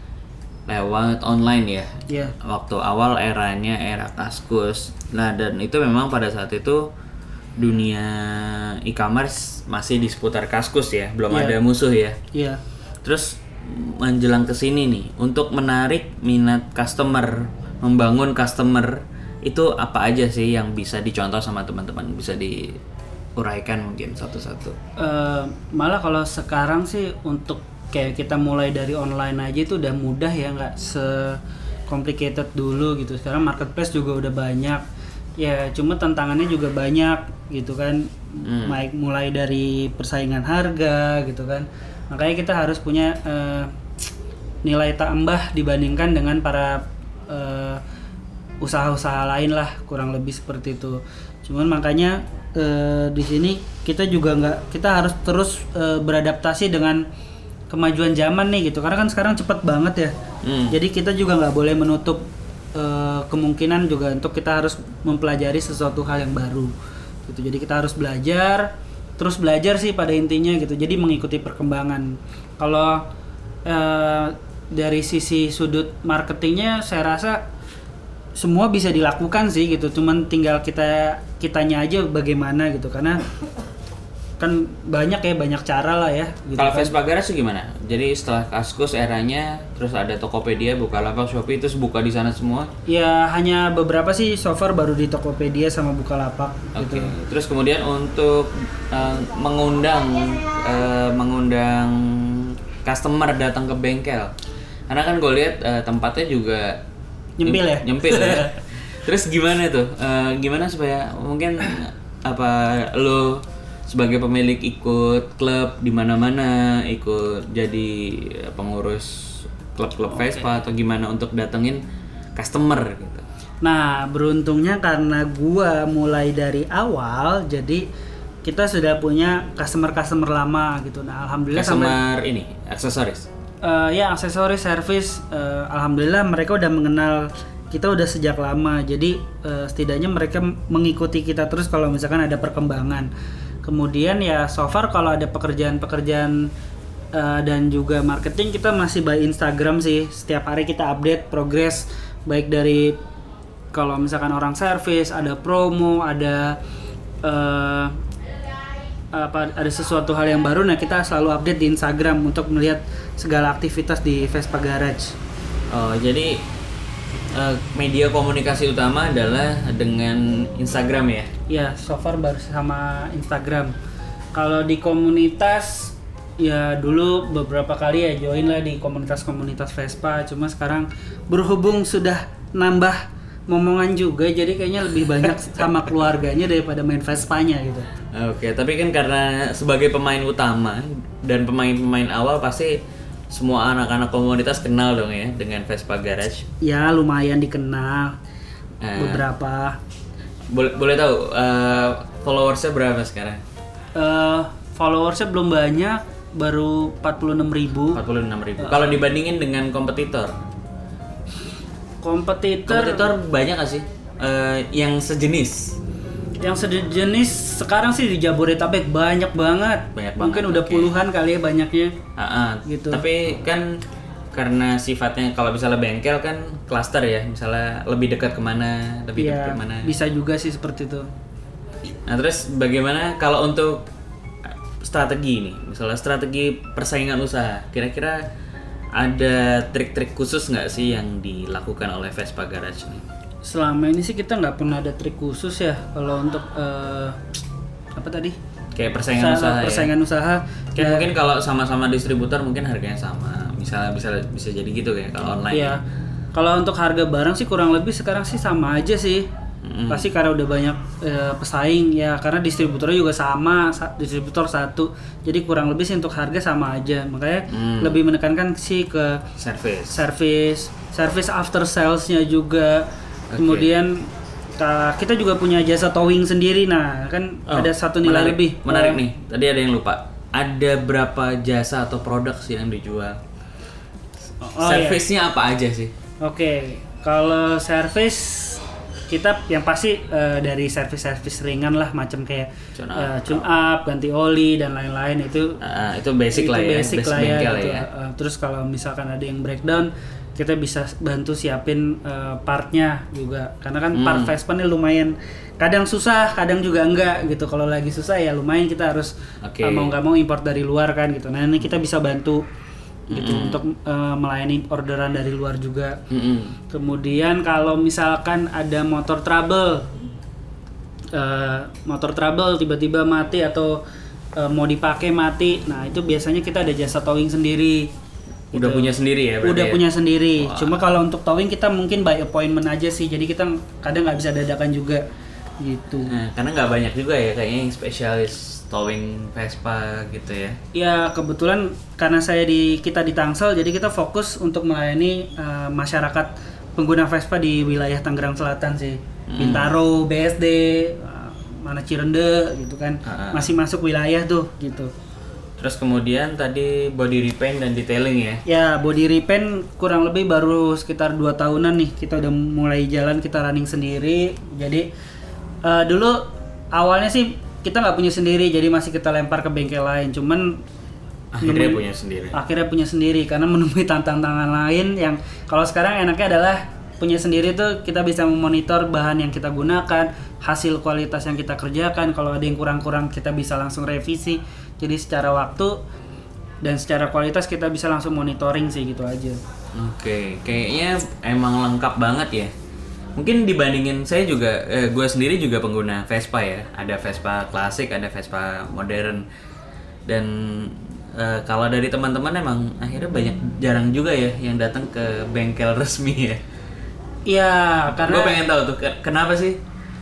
lewat online ya. Yeah. Waktu awal eranya era Kaskus. Nah dan itu memang pada saat itu dunia e-commerce masih di seputar Kaskus ya, belum yeah. ada musuh ya. Iya. Yeah. Terus menjelang ke sini nih untuk menarik minat customer, membangun customer itu apa aja sih yang bisa dicontoh sama teman-teman, bisa diuraikan mungkin satu-satu? Uh, malah kalau sekarang sih untuk kayak kita mulai dari online aja itu udah mudah ya, nggak se-complicated dulu gitu. Sekarang marketplace juga udah banyak ya, cuma tantangannya juga banyak gitu kan. Hmm. Mulai dari persaingan harga gitu kan, makanya kita harus punya uh, nilai tambah dibandingkan dengan para Uh, usaha-usaha lain lah, kurang lebih seperti itu. Cuman makanya uh, di sini kita juga nggak, kita harus terus uh, beradaptasi dengan kemajuan zaman nih gitu, karena kan sekarang cepat banget ya. Hmm. Jadi kita juga nggak boleh menutup uh, kemungkinan juga untuk kita harus mempelajari sesuatu hal yang baru gitu. Jadi kita harus belajar, terus belajar sih pada intinya gitu. Jadi mengikuti perkembangan. Kalau uh, dari sisi sudut marketingnya saya rasa semua bisa dilakukan sih gitu, cuman tinggal kita kitanya aja bagaimana gitu, karena kan banyak ya, banyak cara lah ya gitu. Kalau kan. Vespa Garage gimana? Jadi setelah Kaskus eranya terus ada Tokopedia, Bukalapak, Shopee, terus buka di sana semua? Ya hanya beberapa sih so far baru di Tokopedia sama Bukalapak. Oke. Okay. Gitu. Terus kemudian untuk uh, mengundang uh, mengundang customer datang ke bengkel. Karena kan gue lihat uh, tempatnya juga nyempil ya. Nyempil ya. Terus gimana tuh? Uh, gimana supaya mungkin apa lo sebagai pemilik ikut klub di mana-mana, ikut jadi pengurus klub-klub okay. Vespa atau gimana untuk datengin customer gitu. Nah, beruntungnya karena gua mulai dari awal, jadi kita sudah punya customer-customer lama gitu. Nah, alhamdulillah customer sampai ini aksesoris. Uh, ya aksesoris servis, uh, alhamdulillah mereka udah mengenal kita udah sejak lama. Jadi uh, setidaknya mereka mengikuti kita terus kalau misalkan ada perkembangan. Kemudian ya so far kalau ada pekerjaan-pekerjaan uh, dan juga marketing, kita masih by Instagram sih. Setiap hari kita update progres, baik dari kalau misalkan orang servis, ada promo, ada uh, apa ada sesuatu hal yang baru, nah kita selalu update di Instagram untuk melihat segala aktivitas di Vespa Garage. Oh, jadi uh, media komunikasi utama adalah dengan Instagram ya? Ya, so far baru sama Instagram. Kalau di komunitas, ya dulu beberapa kali ya join lah di komunitas-komunitas Vespa, cuma sekarang berhubung sudah nambah momongan juga, jadi kayaknya lebih banyak sama keluarganya daripada main Vespanya gitu. Oke, tapi kan karena sebagai pemain utama dan pemain-pemain awal pasti semua anak-anak komunitas kenal dong ya dengan Vespa Garage. Ya lumayan dikenal uh, beberapa. Boleh boleh tahu uh, followersnya berapa sekarang? Uh, followersnya belum banyak, baru empat puluh enam ribu. empat puluh enam ribu. Uh, Kalau dibandingin dengan kompetitor? Kompetitor, kompetitor banyak gak sih uh, yang sejenis? Yang sejenis sekarang sih di Jabodetabek banyak banget. Banyak Mungkin banget, udah oke. puluhan kali ya banyaknya. Uh-uh. Gitu. Tapi kan karena sifatnya kalau misalnya bengkel kan klaster ya, misalnya lebih dekat kemana, lebih dekat Iya, kemana. bisa juga sih seperti itu. Nah terus bagaimana kalau untuk strategi nih, misalnya strategi persaingan usaha, kira-kira ada trik-trik khusus nggak sih yang dilakukan oleh Vespa Garage nih? Selama ini sih kita nggak pernah ada trik khusus ya kalau untuk eh, apa tadi? Kayak persaingan Usaha- usaha persaingan ya? usaha. Kan Ya, mungkin kalau sama-sama distributor mungkin harganya sama, misalnya bisa bisa jadi gitu ya kalau online. Iya. Kalau untuk harga barang sih kurang lebih sekarang sih sama aja sih. Mm-mm. Pasti karena udah banyak eh, pesaing ya, karena distributornya juga sama, sa- distributor satu. Jadi kurang lebih sih untuk harga sama aja. Makanya Hmm. lebih menekankan sih ke Service. service, service after sales-nya juga. Oke. Kemudian ka- kita juga punya jasa towing sendiri. Nah, kan Oh, ada satu nilai menarik, lebih. Menarik Eh, nih. Tadi ada yang lupa. Ada berapa jasa atau produk sih yang dijual? Oh, iya. Service-nya apa aja sih? Oke, kalau service kita yang pasti eh, dari service-service ringan lah, macam kayak Tune up. eh, tune up, ganti oli dan lain-lain itu Ah, itu basic itu lah ya, basic basic lah ya, bengkel gitu. ya. Eh, terus kalau misalkan ada yang breakdown, kita bisa bantu siapin eh, partnya juga, karena kan Hmm. part Vespa ini lumayan kadang susah, kadang juga enggak gitu. Kalau lagi susah ya lumayan kita harus Oke. eh, mau nggak mau import dari luar kan gitu. Nah ini kita bisa bantu gitu untuk eh, melayani orderan dari luar juga. Mm-mm. Kemudian kalau misalkan ada motor trouble, eh, motor trouble tiba-tiba mati atau eh, mau dipakai mati, nah itu biasanya kita ada jasa towing sendiri. Udah gitu. punya sendiri ya berarti Udah ya? punya sendiri. Wah. Cuma kalau untuk towing kita mungkin by appointment aja sih. Jadi kita kadang nggak bisa dadakan juga gitu. Nah, karena nggak banyak juga ya kayaknya yang spesialis towing Vespa gitu ya. Ya kebetulan karena saya di kita di Tangsel, jadi kita fokus untuk melayani eh, masyarakat pengguna Vespa di wilayah Tangerang Selatan sih. Hmm. Bintaro, B S D, eh, mana Cirende gitu kan, Ah. masih masuk wilayah tuh gitu. Terus kemudian tadi body repaint dan detailing ya. Ya body repaint kurang lebih baru sekitar dua tahunan nih kita udah mulai jalan, kita running sendiri. Jadi eh, dulu awalnya sih kita nggak punya sendiri, jadi masih kita lempar ke bengkel lain. Cuman Akhirnya nemu- punya sendiri. akhirnya punya sendiri karena menemui tantangan lain yang kalau sekarang enaknya adalah punya sendiri tuh kita bisa memonitor bahan yang kita gunakan, hasil kualitas yang kita kerjakan. Kalau ada yang kurang-kurang kita bisa langsung revisi. Jadi secara waktu dan secara kualitas kita bisa langsung monitoring sih, gitu aja. Oke, kayaknya emang lengkap banget ya. Mungkin dibandingin saya juga, eh, gue sendiri juga pengguna Vespa ya. Ada Vespa klasik, ada Vespa modern. Dan eh, kalau dari teman-teman emang akhirnya banyak jarang juga ya yang datang ke bengkel resmi ya. Iya, karena Gue pengen tahu tuh ke- kenapa sih?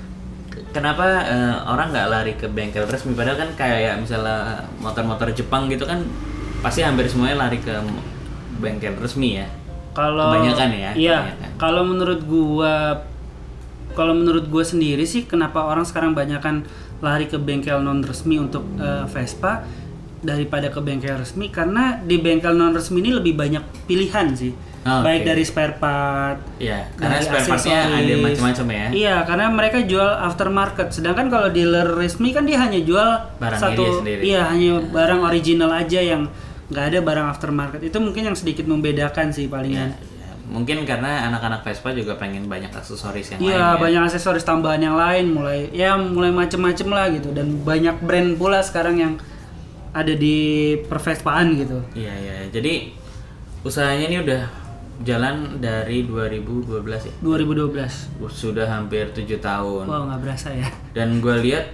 Kenapa eh, orang nggak lari ke bengkel resmi? Padahal kan kayak misalnya motor-motor Jepang gitu kan pasti hampir semuanya lari ke bengkel resmi ya. kalau Kebanyakan ya, Iya, kebanyakan. kalau menurut gua kalau menurut gua sendiri sih kenapa orang sekarang banyakan lari ke bengkel non resmi untuk eh, Vespa daripada ke bengkel resmi, karena di bengkel non resmi ini lebih banyak pilihan sih. Oh, Baik oke. dari spare part, Iya, karena dari spare partnya ada aksesoris. macam-macam ya. Iya, karena mereka jual aftermarket. Sedangkan kalau dealer resmi kan dia hanya jual Barangnya satu, dia sendiri. iya hanya barang original aja yang nggak ada barang aftermarket. Itu mungkin yang sedikit membedakan sih palingan. Ya, mungkin karena anak-anak Vespa juga pengen banyak aksesoris yang Iya, lain ya. banyak aksesoris tambahan yang lain, mulai ya mulai macem-macem lah gitu, dan banyak brand pula sekarang yang ada di Pervespaan gitu. Iya, iya. Jadi usahanya ini udah jalan dari dua ribu dua belas ya. dua ribu dua belas. Sudah hampir tujuh tahun. Wow, nggak berasa ya. Dan gue lihat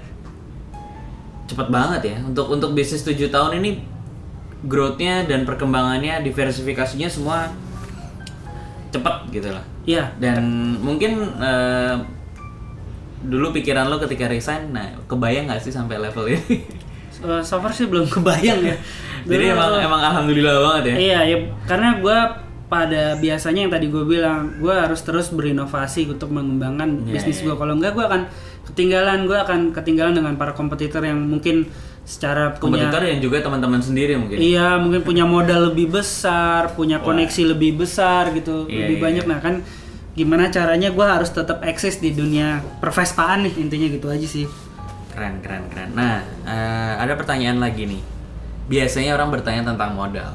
cepet banget ya untuk untuk bisnis tujuh tahun ini, growth-nya dan perkembangannya, diversifikasinya semua cepet gitu loh. Iya. Dan mungkin eh, dulu pikiran lo ketika resign, nah kebayang nggak sih sampai level ini? So, so far sih belum kebayang ya. Jadi Dulu- emang emang alhamdulillah banget ya. Iya, ya karena gue pada biasanya yang tadi gue bilang, gue harus terus berinovasi untuk mengembangkan Iya, bisnis iya. gue. Kalau enggak, gue akan ketinggalan. Gue akan ketinggalan dengan para kompetitor yang mungkin secara punya Kompetitor yang juga teman-teman sendiri mungkin. iya mungkin punya modal lebih besar, punya Wah. koneksi lebih besar gitu, Iya, lebih iya, banyak. iya. Nah kan gimana caranya gue harus tetap eksis di dunia pervespaan nih, intinya gitu aja sih. Keren, keren, keren. Nah, uh, ada pertanyaan lagi nih. Biasanya orang bertanya tentang modal.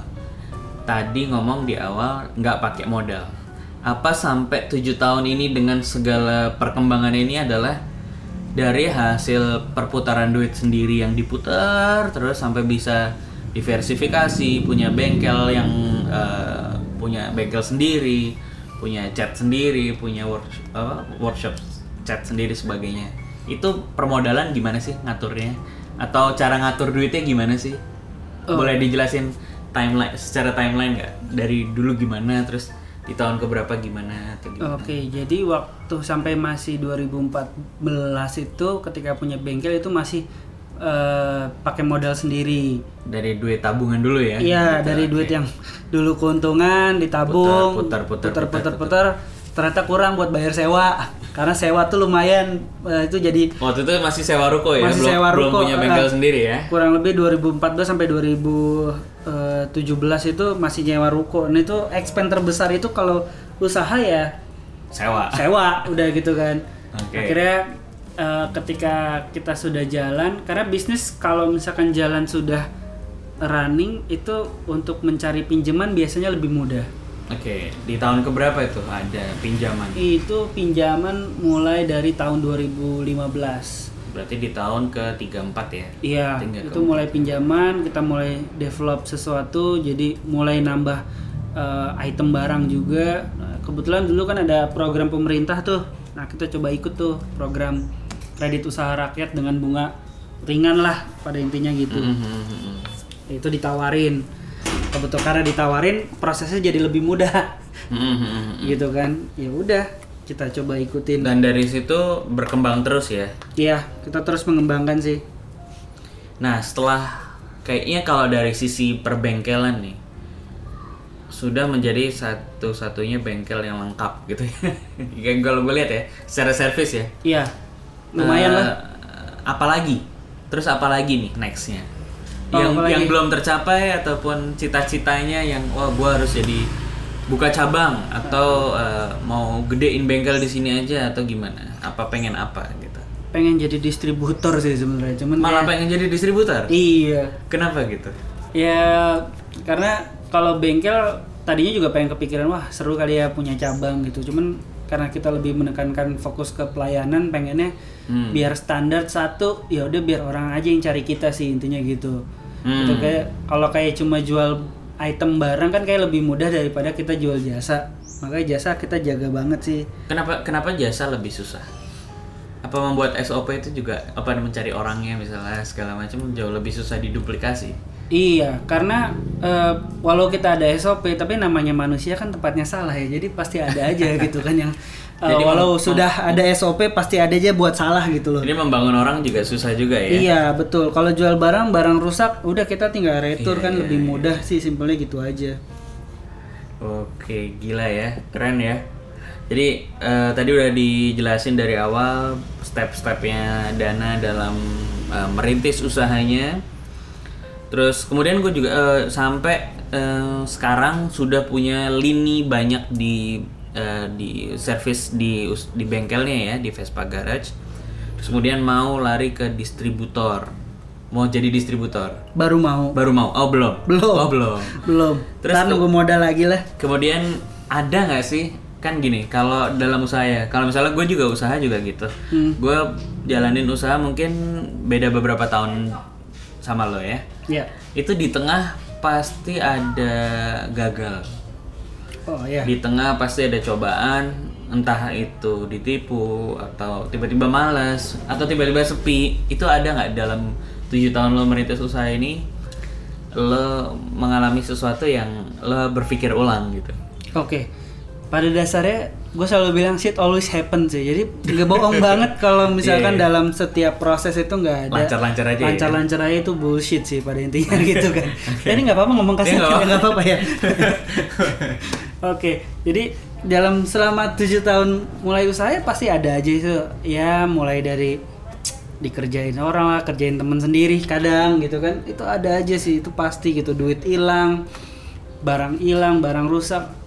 Tadi ngomong di awal nggak pakai modal. Apa sampai tujuh tahun ini dengan segala perkembangannya ini adalah dari hasil perputaran duit sendiri yang diputar terus sampai bisa diversifikasi, punya bengkel yang uh, punya bengkel sendiri, punya cat sendiri, punya work, uh, workshop cat sendiri sebagainya. Itu permodalan gimana sih ngaturnya? Atau cara ngatur duitnya gimana sih? Oh. Boleh dijelasin timeline secara timeline nggak? Dari dulu gimana, terus di tahun keberapa gimana? Atau gimana? Oke, jadi waktu sampai masih dua ribu empat belas itu ketika punya bengkel itu masih uh, pakai modal sendiri. Dari duit tabungan dulu ya? Iya, dari duit okay. yang dulu keuntungan ditabung, putar, putar, putar, putar, putar, putar, ternyata kurang buat bayar sewa. Karena sewa tuh lumayan, uh, itu jadi waktu itu masih sewa ruko ya, masih belum, sewa ruko, belum punya bengkel uh, sendiri ya. Kurang lebih dua ribu empat belas sampai dua ribu tujuh belas itu masih nyewa ruko. Nah itu expense terbesar itu kalau usaha ya sewa. Sewa udah gitu kan. Okay. Akhirnya uh, ketika kita sudah jalan, karena bisnis kalau misalkan jalan sudah running itu untuk mencari pinjaman biasanya lebih mudah. Oke, di tahun keberapa itu ada pinjaman? Itu pinjaman mulai dari tahun dua ribu lima belas. Berarti di tahun ke tiga puluh empat ya? Iya, itu mulai pinjaman, kita mulai develop sesuatu, jadi mulai nambah uh, item barang juga. Nah, kebetulan dulu kan ada program pemerintah tuh, nah kita coba ikut tuh program kredit usaha rakyat dengan bunga ringan lah pada intinya gitu. Mm-hmm. Itu ditawarin. Kebetulan karena ditawarin prosesnya jadi lebih mudah, mm-hmm. gitu kan. Ya udah kita coba ikutin. Dan dari situ berkembang terus ya? Iya, kita terus mengembangkan sih. Nah setelah kayaknya kalau dari sisi perbengkelan nih sudah menjadi satu-satunya bengkel yang lengkap gitu ya. Kayak kalau gue lihat ya, secara servis ya. Iya, lumayan uh, lah. Apalagi? Terus apalagi nih nextnya? Oh, yang apalagi? Yang belum tercapai ataupun cita-citanya yang wah gue harus jadi buka cabang atau uh, mau gedein bengkel di sini aja atau gimana? Apa pengen apa gitu? Pengen jadi distributor sih sebenarnya, cuman malah kayak, pengen jadi distributor? Iya. Kenapa gitu? Ya karena kalau bengkel tadinya juga pengen kepikiran wah seru kali ya punya cabang gitu, cuman karena kita lebih menekankan fokus ke pelayanan, pengennya hmm. biar standar satu, ya udah biar orang aja yang cari kita sih intinya gitu. Hmm. Gitu kayak kalau kayak cuma jual item barang kan kayak lebih mudah daripada kita jual jasa. Makanya jasa kita jaga banget sih. Kenapa kenapa jasa lebih susah? Apa membuat S O P itu juga apa mencari orangnya misalnya segala macam jauh lebih susah diduplikasi? Iya, karena uh, walau kita ada S O P tapi namanya manusia kan tempatnya salah ya. Jadi pasti ada aja gitu kan yang uh, jadi walau mem- sudah mem- ada S O P pasti ada aja buat salah gitu loh. Jadi membangun orang juga susah juga ya. Iya, betul. Kalau jual barang, barang rusak udah kita tinggal retur iya, kan iya, lebih iya. mudah sih, simpelnya gitu aja. Oke, gila ya. Keren ya. Jadi uh, tadi udah dijelasin dari awal step-stepnya Dana dalam uh, merintis usahanya. Terus kemudian gue juga uh, sampai uh, sekarang sudah punya lini banyak di uh, di service di di bengkelnya ya, di Vespa Garage. Terus kemudian mau lari ke distributor. Mau jadi distributor. Baru mau. Baru mau. Oh, belum. Belum. Oh, belum. Belum. Terus ntar nunggu modal lagi lah. Kemudian ada nggak sih? Kan gini, kalau dalam usaha ya, kalau misalnya gue juga usaha juga gitu. Hmm. Gue jalanin usaha mungkin beda beberapa tahun sama lo ya. Iya. Itu di tengah pasti ada gagal. Oh iya. Di tengah pasti ada cobaan, entah itu ditipu atau tiba-tiba malas atau tiba-tiba sepi. Itu ada nggak dalam tujuh tahun lo merintis usaha ini? Lo mengalami sesuatu yang lo berpikir ulang gitu. Oke. Pada dasarnya gue selalu bilang shit always happen sih. Jadi nggak bohong banget kalau misalkan yeah, yeah. dalam setiap proses itu nggak ada lancar-lancar aja. Lancar-lancar ya? aja itu bullshit sih pada intinya gitu kan. Okay. Jadi nggak apa-apa ngomong kasar, nggak apa-apa ya. Oke, okay, jadi dalam selama tujuh tahun mulai usaha pasti ada aja itu. Ya mulai dari dikerjain orang lah, kerjain temen sendiri kadang gitu kan. Itu ada aja sih, itu pasti gitu. Duit hilang, barang hilang, barang rusak.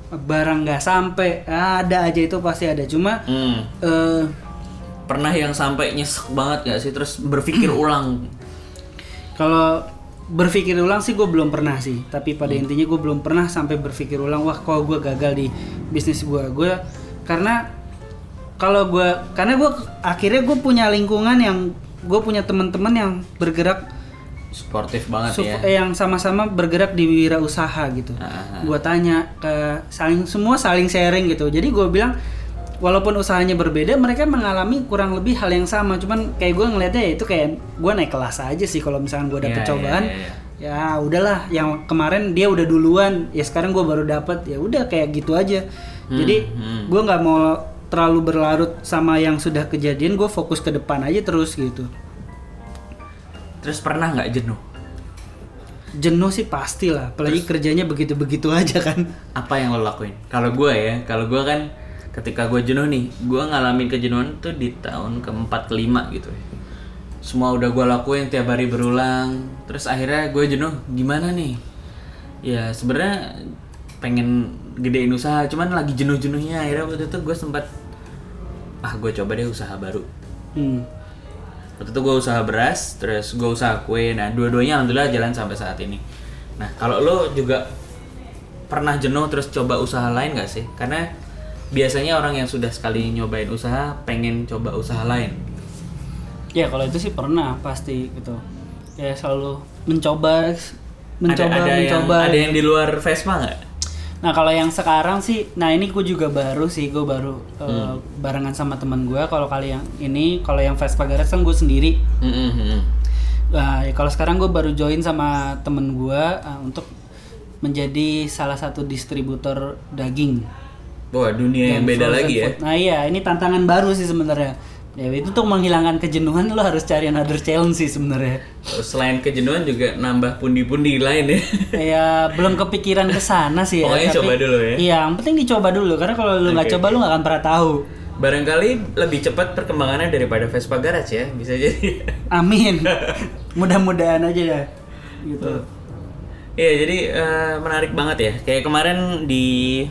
barang nggak sampai, ada aja itu pasti ada. Cuma hmm. uh, pernah yang sampai nyesek banget gak sih terus berpikir ulang? Kalau berpikir ulang sih gue belum pernah sih, tapi pada hmm. intinya gue belum pernah sampai berpikir ulang wah kok gue gagal di bisnis gue. Gue karena kalau gue karena gue akhirnya gue punya lingkungan yang gue punya teman-teman yang bergerak sportif banget sup, ya, yang sama-sama bergerak di wirausaha gitu. Uh-huh. Gue tanya ke saling semua saling sharing gitu. Jadi gue bilang walaupun usahanya berbeda, mereka mengalami kurang lebih hal yang sama. Cuman kayak gue ngeliatnya ya itu kayak gue naik kelas aja sih. Kalau misalkan gue dapet yeah, cobaan, yeah, yeah, yeah. ya udahlah. Yang kemarin dia udah duluan, ya sekarang gue baru dapet. Ya udah kayak gitu aja. Hmm, Jadi hmm. gue nggak mau terlalu berlarut sama yang sudah kejadian. Gue fokus ke depan aja terus gitu. Terus pernah nggak jenuh? Jenuh sih pasti lah. Apalagi terus, kerjanya begitu-begitu aja kan. Apa yang lo lakuin? Kalau gue ya, kalau gue kan ketika gue jenuh nih, gue ngalamin kejenuhan tuh di tahun keempat kelima gitu ya. Semua udah gue lakuin tiap hari berulang, terus akhirnya gue jenuh. Gimana nih? Ya sebenarnya pengen gedein usaha, cuman lagi jenuh-jenuhnya. Akhirnya waktu itu gue sempat, ah gue coba deh usaha baru. Hmm. Waktu itu gue usaha beras, terus gue usaha kue. Nah dua-duanya alhamdulillah jalan sampai saat ini. Nah kalau lo juga pernah jenuh terus coba usaha lain gak sih? Karena biasanya orang yang sudah sekali nyobain usaha pengen coba usaha lain. Ya kalau itu sih pernah pasti gitu. Ya selalu mencoba, mencoba, ada, ada mencoba. Yang, ada yang di luar Vespa nggak? Nah kalau yang sekarang sih, nah ini gue juga baru sih, gue baru hmm. uh, barengan sama teman gue. Kalau kali yang ini, kalau yang Vespa Garage kan gue sendiri. Hmm. Nah ya kalau sekarang gue baru join sama temen gue uh, untuk menjadi salah satu distributor daging. Wah dunia yang beda lagi ya. Food. Nah iya ini tantangan baru sih sebenarnya. Ya itu untuk menghilangkan kejenuhan lo harus cari another challenge sih sebenarnya. Selain kejenuhan juga nambah pundi-pundi lain ya. Ya belum kepikiran ke sana sih ya. Pokoknya tapi, coba dulu ya. Iya yang penting dicoba dulu karena kalau lo nggak okay. coba lo nggak akan pernah tahu. Barangkali lebih cepat perkembangannya daripada Vespa Garage ya, bisa jadi. Amin. Mudah-mudahan aja ya. Gitu. Iya jadi uh, menarik banget ya. Kayak kemarin di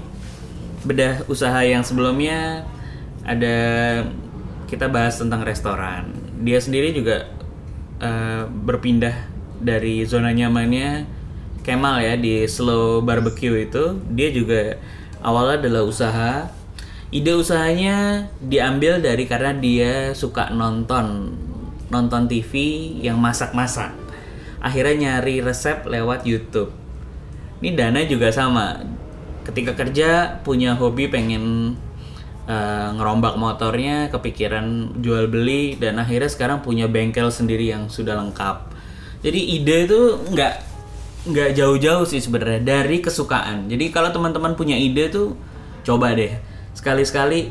bedah usaha yang sebelumnya ada kita bahas tentang restoran. Dia sendiri juga uh, berpindah dari zona nyamannya Kemal ya di Slow Barbecue itu. Dia juga awalnya adalah usaha. Ide usahanya diambil dari karena dia suka nonton nonton T V yang masak-masak. Akhirnya nyari resep lewat YouTube. Ini Dana juga sama. Ketika kerja punya hobi pengen uh, ngerombak motornya, kepikiran jual beli dan akhirnya sekarang punya bengkel sendiri yang sudah lengkap. Jadi ide itu nggak nggak jauh-jauh sih sebenarnya dari kesukaan. Jadi kalau teman-teman punya ide tuh coba deh sekali-sekali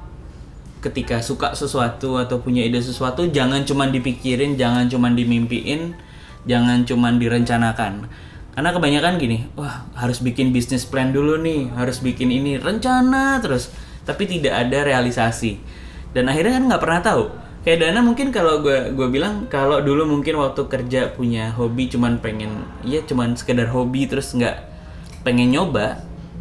ketika suka sesuatu atau punya ide sesuatu jangan cuma dipikirin, jangan cuma dimimpiin, jangan cuma direncanakan. Karena kebanyakan gini, wah harus bikin bisnis plan dulu nih, harus bikin ini, rencana terus. Tapi tidak ada realisasi. Dan akhirnya kan nggak pernah tahu. Kayak Dana mungkin kalau gue gue bilang, kalau dulu mungkin waktu kerja punya hobi cuman pengen, ya cuman sekedar hobi terus nggak pengen nyoba,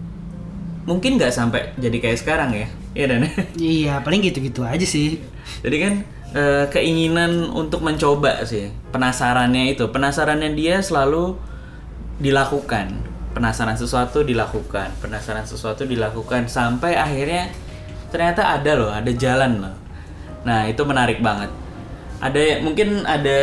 mungkin nggak sampai jadi kayak sekarang ya. Iya Dana? Iya, paling gitu-gitu aja sih. Jadi kan e, keinginan untuk mencoba sih, penasarannya itu. Penasarannya dia selalu dilakukan, penasaran sesuatu dilakukan, penasaran sesuatu dilakukan sampai akhirnya ternyata ada loh, ada jalan loh. Nah itu menarik banget. Ada mungkin ada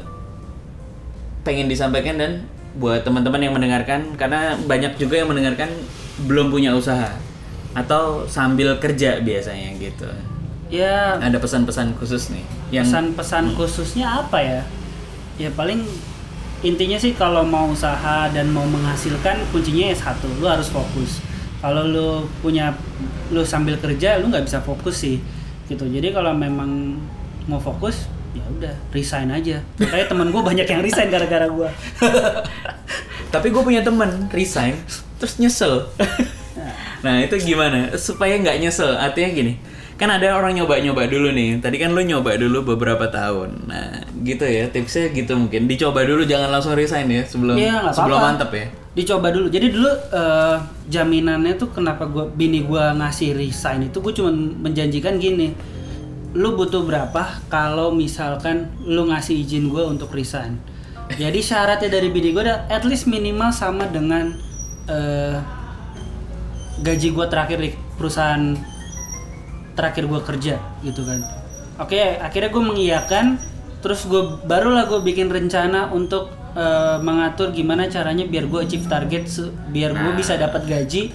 pengen disampaikan dan buat teman-teman yang mendengarkan, karena banyak juga yang mendengarkan belum punya usaha atau sambil kerja biasanya gitu. Ya. Ada pesan-pesan khusus nih. Yang pesan-pesan hmm. khususnya apa ya? Ya paling intinya sih kalau mau usaha dan mau menghasilkan kuncinya ya satu, lu harus fokus. Kalau lu punya lu sambil kerja lu nggak bisa fokus sih gitu. Jadi kalau memang mau fokus ya udah resign aja. Makanya teman gue banyak yang resign gara-gara gue. Tapi gue punya teman resign terus nyesel. Nah itu gimana supaya nggak nyesel? Artinya gini, kan ada orang nyoba-nyoba dulu nih. Tadi kan lu nyoba dulu beberapa tahun. Nah, gitu ya. Tipsnya gitu mungkin. Dicoba dulu, jangan langsung resign ya sebelum ya, sebelum mantep ya. dicoba dulu. Jadi dulu uh, jaminannya tuh kenapa gua bini gua ngasih resign itu gue cuma menjanjikan gini. Lu butuh berapa kalau misalkan lu ngasih izin gua untuk resign. Jadi syaratnya dari bini gua ada at least minimal sama dengan uh, gaji gua terakhir di perusahaan terakhir gua kerja gitu kan. Oke, akhirnya gue mengiyakan. Terus gue barulah gue bikin rencana untuk uh, mengatur gimana caranya biar gue achieve target, se- biar gue bisa dapat gaji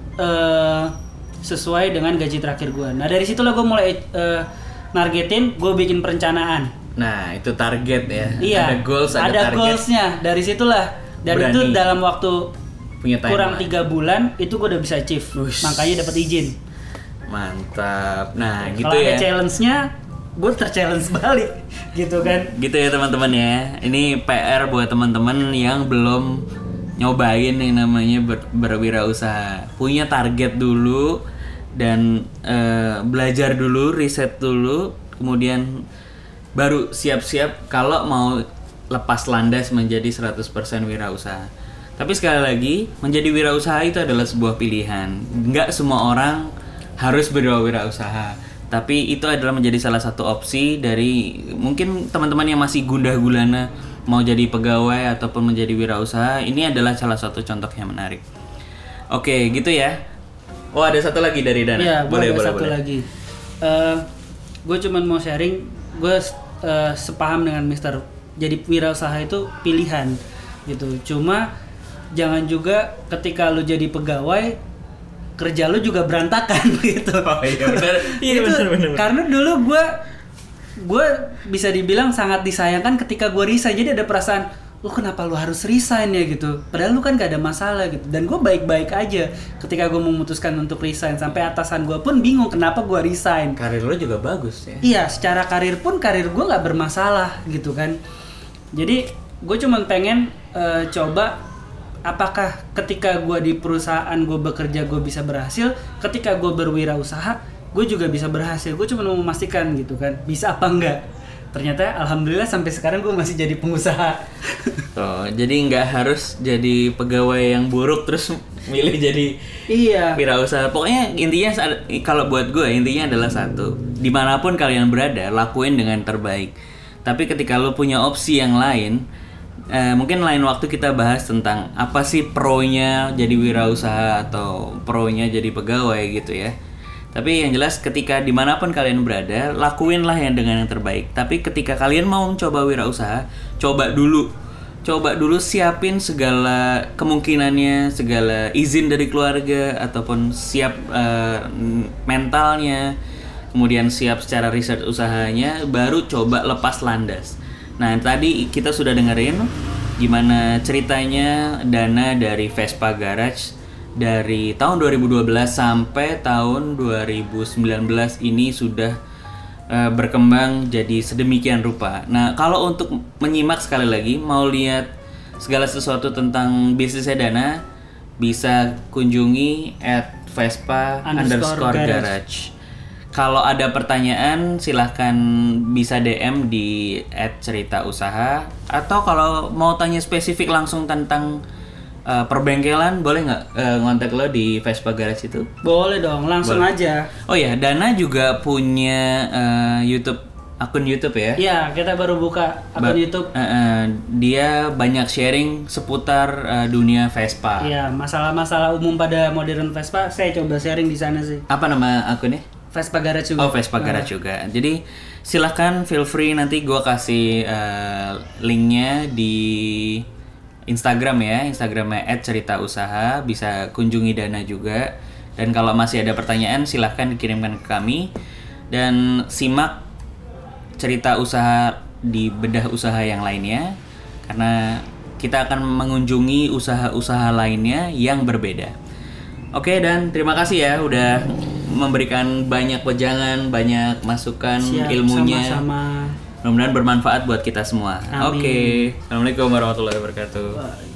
uh, sesuai dengan gaji terakhir gue. Nah dari situlah gue mulai uh, nargetin, gue bikin perencanaan. Nah itu target ya. Iya. Ada goals, ada, ada target. goalsnya. Dari situlah. Dan Berani. itu dalam waktu Punya kurang timeline. tiga bulan itu gue udah bisa achieve. Uish. Makanya dapat izin. Mantap. Nah gitu Kalau ya. ada challenge-nya, gue ter-challenge balik, gitu kan? Gitu ya teman-teman ya. Ini P R buat teman-teman yang belum nyobain yang namanya ber- berwirausaha. Punya target dulu dan eh, belajar dulu, riset dulu, kemudian baru siap-siap kalau mau lepas landas menjadi seratus persen wirausaha. Tapi sekali lagi, menjadi wirausaha itu adalah sebuah pilihan. Nggak semua orang harus berwirausaha. Tapi itu adalah menjadi salah satu opsi dari mungkin teman-teman yang masih gundah gulana mau jadi pegawai ataupun menjadi wirausaha. Ini adalah salah satu contoh yang menarik. Oke, gitu ya. Oh, ada satu lagi dari Dana. Iya, boleh, ada boleh, satu boleh. lagi. Uh, gue cuman mau sharing, gue uh, sepaham dengan Mister Jadi wirausaha itu pilihan, gitu. Cuma jangan juga ketika lu jadi pegawai kerja lu juga berantakan gitu. Oh iya benar. Iya Itu benar benar. karena dulu gue gue bisa dibilang sangat disayangkan ketika gue resign. Jadi ada perasaan, lu kenapa lu harus resign ya gitu. Padahal lu kan gak ada masalah gitu. Dan gue baik-baik aja ketika gue memutuskan untuk resign. Sampai atasan gue pun bingung kenapa gue resign. Karir lo juga bagus ya. Iya, secara karir pun karir gue gak bermasalah gitu kan. Jadi gue cuma pengen uh, coba apakah ketika gue di perusahaan gue bekerja gue bisa berhasil, ketika gue berwirausaha gue juga bisa berhasil. Gue cuma mau memastikan gitu kan, bisa apa enggak. Ternyata alhamdulillah sampai sekarang gue masih jadi pengusaha. Oh, jadi nggak harus jadi pegawai yang buruk terus milih jadi Iya. wirausaha. Pokoknya intinya kalau buat gue intinya adalah satu, dimanapun kalian berada lakuin dengan terbaik. Tapi ketika lo punya opsi yang lain, Eh, mungkin lain waktu kita bahas tentang apa sih pro-nya jadi wirausaha atau pro-nya jadi pegawai gitu ya. Tapi yang jelas ketika dimanapun kalian berada, lakuinlah yang dengan yang terbaik. Tapi ketika kalian mau mencoba wirausaha, coba dulu. Coba dulu siapin segala kemungkinannya, segala izin dari keluarga, ataupun siap eh, mentalnya, kemudian siap secara riset usahanya, baru coba lepas landas. Nah tadi kita sudah dengerin gimana ceritanya Dana dari Vespa Garage dari tahun dua ribu dua belas sampai tahun dua ribu sembilan belas ini sudah uh, berkembang jadi sedemikian rupa. Nah kalau untuk menyimak sekali lagi mau lihat segala sesuatu tentang bisnisnya Dana, bisa kunjungi at Vespa underscore garage. garage. Kalau ada pertanyaan silahkan bisa D M di at cerita usaha, atau kalau mau tanya spesifik langsung tentang uh, perbengkelan boleh nggak uh, ngontak lo di Vespa Garage itu? Boleh dong, langsung Boleh. aja. Oh ya, Dana juga punya uh, YouTube, akun YouTube ya? Iya, kita baru buka akun Ba- YouTube. uh, uh, dia banyak sharing seputar uh, dunia Vespa. Iya, masalah-masalah umum pada modern Vespa saya coba sharing di sana sih. Apa nama akunnya? Vespa Garage juga. Oh, Vespa Garage juga. Jadi silahkan feel free, nanti gue kasih uh, linknya di Instagram ya, Instagramnya at cerita usaha, bisa kunjungi Dana juga. Dan kalau masih ada pertanyaan silahkan dikirimkan ke kami, dan simak cerita usaha di bedah usaha yang lainnya, karena kita akan mengunjungi usaha-usaha lainnya yang berbeda. Oke, dan terima kasih ya udah memberikan banyak wejangan, banyak masukan. Siap, ilmunya. sama-sama. Mudah-mudahan bermanfaat buat kita semua. Amin. Oke, assalamualaikum warahmatullahi wabarakatuh. Wah.